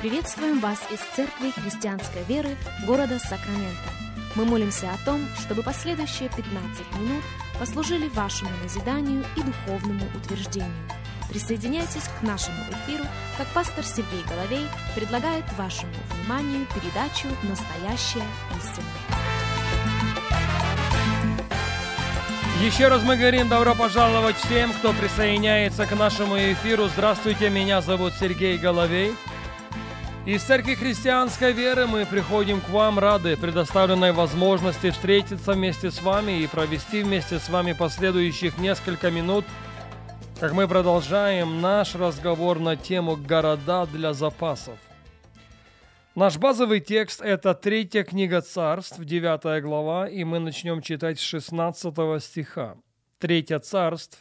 Приветствуем вас из Церкви Христианской Веры города Сакраменто. Мы молимся о том, чтобы последующие 15 минут послужили вашему назиданию и духовному утверждению. Присоединяйтесь к нашему эфиру, как пастор Сергей Головей предлагает вашему вниманию передачу «Настоящая истина». Еще раз мы говорим добро пожаловать всем, кто присоединяется к нашему эфиру. Здравствуйте, меня зовут Сергей Головей. Из Церкви Христианской Веры мы приходим к вам рады предоставленной возможности встретиться вместе с вами и провести вместе с вами последующих несколько минут, как мы продолжаем наш разговор на тему «Города для запасов». Наш базовый текст – это 3 книга Царств, 9 глава, и мы начнем читать с 16 стиха. 3 Царств,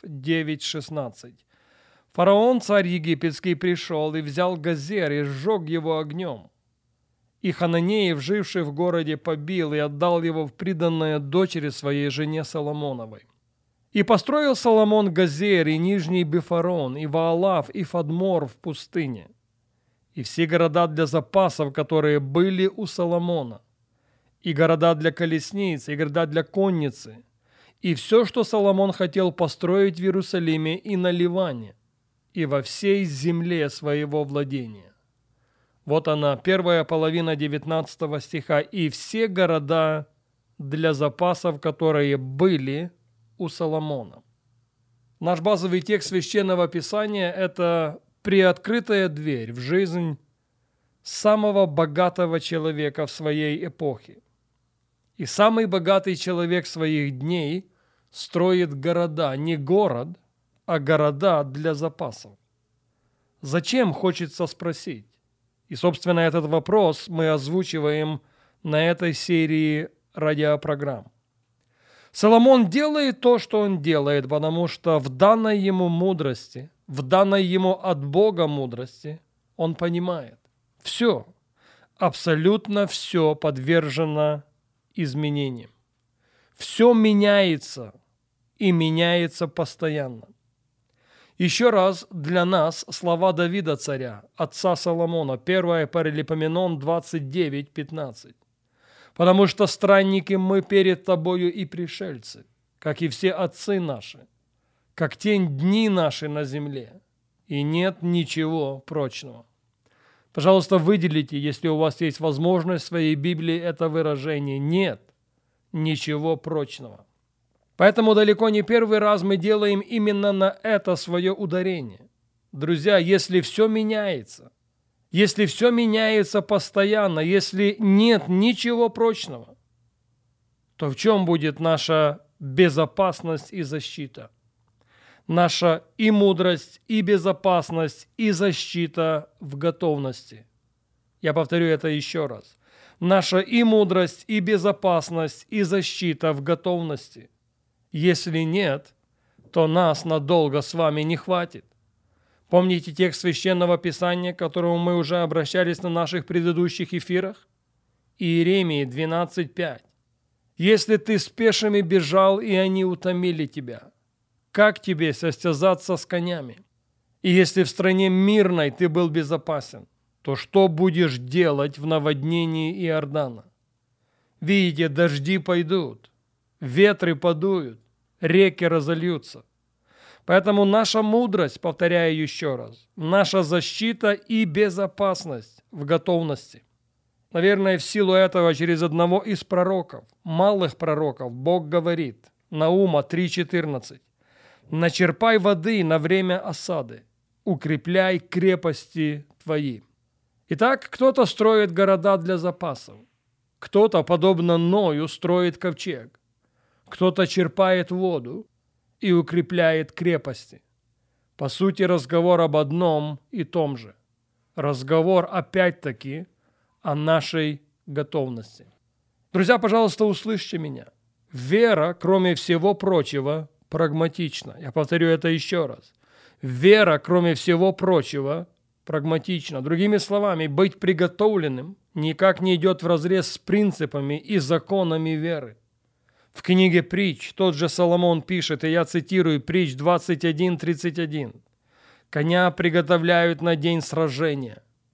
9-16. «Фараон, царь египетский, пришел и взял Газер и сжег его огнем. И Хананеев, живший в городе, побил и отдал его в приданное дочери своей жене Соломоновой. И построил Соломон Газер и Нижний Бефарон, и Ваалав, и Фадмор в пустыне, и все города для запасов, которые были у Соломона, и города для колесниц, и города для конницы, и все, что Соломон хотел построить в Иерусалиме и на Ливане, и во всей земле своего владения». Вот она, первая половина 19 стиха. «И все города для запасов, которые были у Соломона». Наш базовый текст Священного Писания – это приоткрытая дверь в жизнь самого богатого человека в своей эпохе. И самый богатый человек своих дней строит города, не город, а города для запасов. Зачем, хочется спросить? И, собственно, этот вопрос мы озвучиваем на этой серии радиопрограмм. Соломон делает то, что он делает, потому что в данной ему мудрости, в данной ему от Бога мудрости, он понимает, все, абсолютно все подвержено изменениям. Все меняется и меняется постоянно. Еще раз для нас слова Давида царя, отца Соломона, 1 Паралипоменон 29:15. «Потому что странники мы перед тобою и пришельцы, как и все отцы наши, как тень дни наши на земле, и нет ничего прочного». Пожалуйста, выделите, если у вас есть возможность в своей Библии, это выражение «нет ничего прочного». Поэтому далеко не первый раз мы делаем именно на это свое ударение. Друзья, если все меняется постоянно, если нет ничего прочного, то в чем будет наша безопасность и защита? Наша и мудрость, и безопасность, и защита в готовности. Я повторю это еще раз. Наша и мудрость, и безопасность, и защита в готовности. Если нет, то нас надолго с вами не хватит. Помните текст Священного Писания, к которому мы уже обращались на наших предыдущих эфирах? Иеремии 12:5. «Если ты с пешими бежал, и они утомили тебя, как тебе состязаться с конями? И если в стране мирной ты был безопасен, то что будешь делать в наводнении Иордана? Видите, дожди пойдут, ветры подуют, реки разольются». Поэтому наша мудрость, повторяю еще раз, наша защита и безопасность в готовности. Наверное, в силу этого через одного из пророков, малых пророков, Бог говорит, Наума 3:14, «Начерпай воды на время осады, укрепляй крепости твои». Итак, кто-то строит города для запасов, кто-то, подобно Ною, строит ковчег, кто-то черпает воду и укрепляет крепости. По сути, разговор об одном и том же. Разговор, опять-таки, о нашей готовности. Друзья, пожалуйста, услышьте меня. Вера, кроме всего прочего, прагматична. Я повторю это еще раз. Вера, кроме всего прочего, прагматична. Другими словами, быть приготовленным никак не идет вразрез с принципами и законами веры. В книге Притч тот же Соломон пишет, и я цитирую Притч 21:31. «Коня приготовляют на день сражения,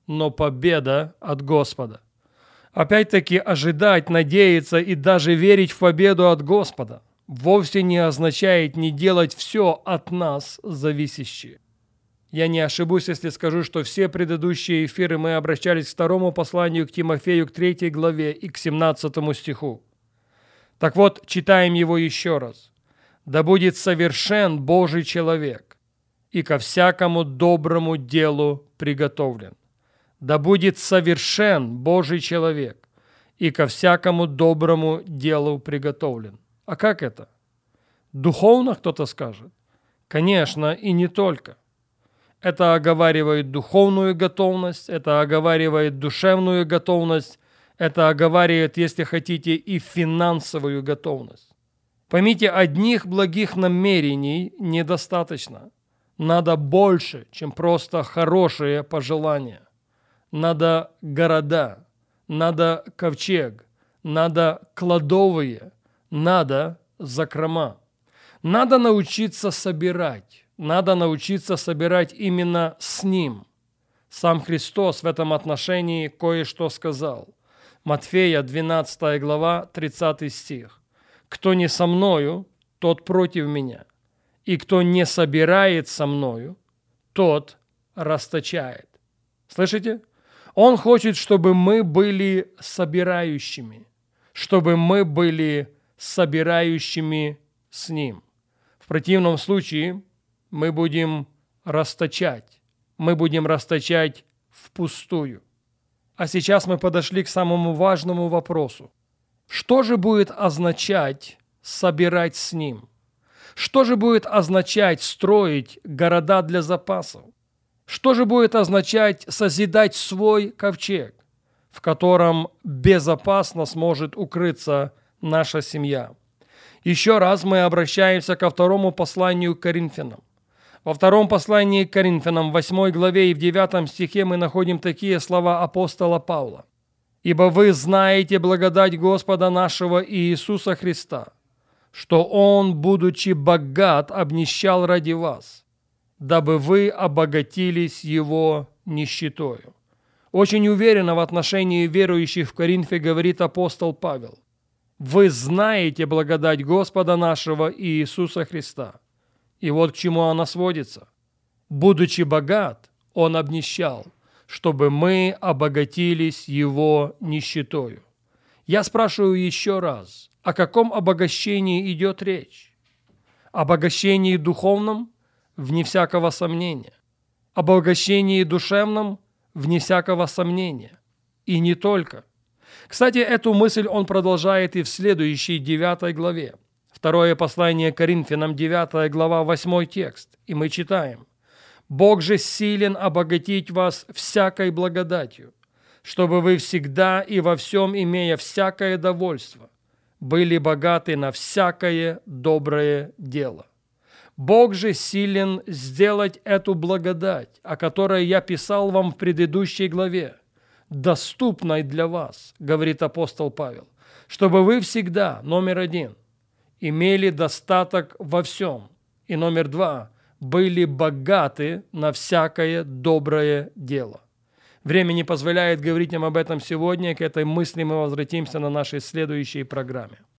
но победа от Господа. Опять-таки, ожидать, надеяться и даже верить в победу от Господа вовсе не означает не делать все от нас зависящее. Я не ошибусь, если скажу, что все предыдущие эфиры мы обращались к второму посланию к Тимофею, к 3 главе и к 17 стиху. Так вот, читаем его еще раз. «Да будет совершен Божий человек, и ко всякому доброму делу приготовлен». Да будет совершен Божий человек, и ко всякому доброму делу приготовлен. А как это? Духовно кто-то скажет? Конечно, и не только. Это оговаривает духовную готовность, это оговаривает душевную готовность, это оговаривает, если хотите, и финансовую готовность. Поймите, одних благих намерений недостаточно. Надо больше, чем просто хорошие пожелания. Надо города, надо ковчег, надо кладовые, надо закрома. Надо научиться собирать. Надо научиться собирать именно с Ним. Сам Христос в этом отношении кое-что сказал. Матфея, 12 глава, 30 стих. «Кто не со мною, тот против меня, и кто не собирает со мною, тот расточает». Слышите? Он хочет, чтобы мы были собирающими, чтобы мы были собирающими с Ним. В противном случае мы будем расточать впустую. А сейчас мы подошли к самому важному вопросу. Что же будет означать собирать с Ним? Что же будет означать строить города для запасов? Что же будет означать созидать свой ковчег, в котором безопасно сможет укрыться наша семья? Еще раз мы обращаемся ко второму посланию к Коринфянам. Во втором послании к Коринфянам, в 8 главе и в 9 стихе мы находим такие слова апостола Павла. «Ибо вы знаете благодать Господа нашего Иисуса Христа, что Он, будучи богат, обнищал ради вас, дабы вы обогатились Его нищетою». Очень уверенно в отношении верующих в Коринфе говорит апостол Павел. «Вы знаете благодать Господа нашего Иисуса Христа». И вот к чему она сводится. «Будучи богат, Он обнищал, чтобы мы обогатились Его нищетою». Я спрашиваю еще раз, о каком обогащении идет речь? Обогащении духовном? Вне всякого сомнения. Обогащении душевном? Вне всякого сомнения. И не только. Кстати, эту мысль он продолжает и в следующей 9 главе. Второе послание к Коринфянам, 9 глава, 8 текст. И мы читаем. «Бог же силен обогатить вас всякой благодатью, чтобы вы всегда и во всем, имея всякое довольство, были богаты на всякое доброе дело». Бог же силен сделать эту благодать, о которой я писал вам в предыдущей главе, доступной для вас, говорит апостол Павел, чтобы вы всегда, номер 1, имели достаток во всем, и номер 2, были богаты на всякое доброе дело. Время не позволяет говорить нам об этом сегодня, к этой мысли мы возвратимся на нашей следующей программе.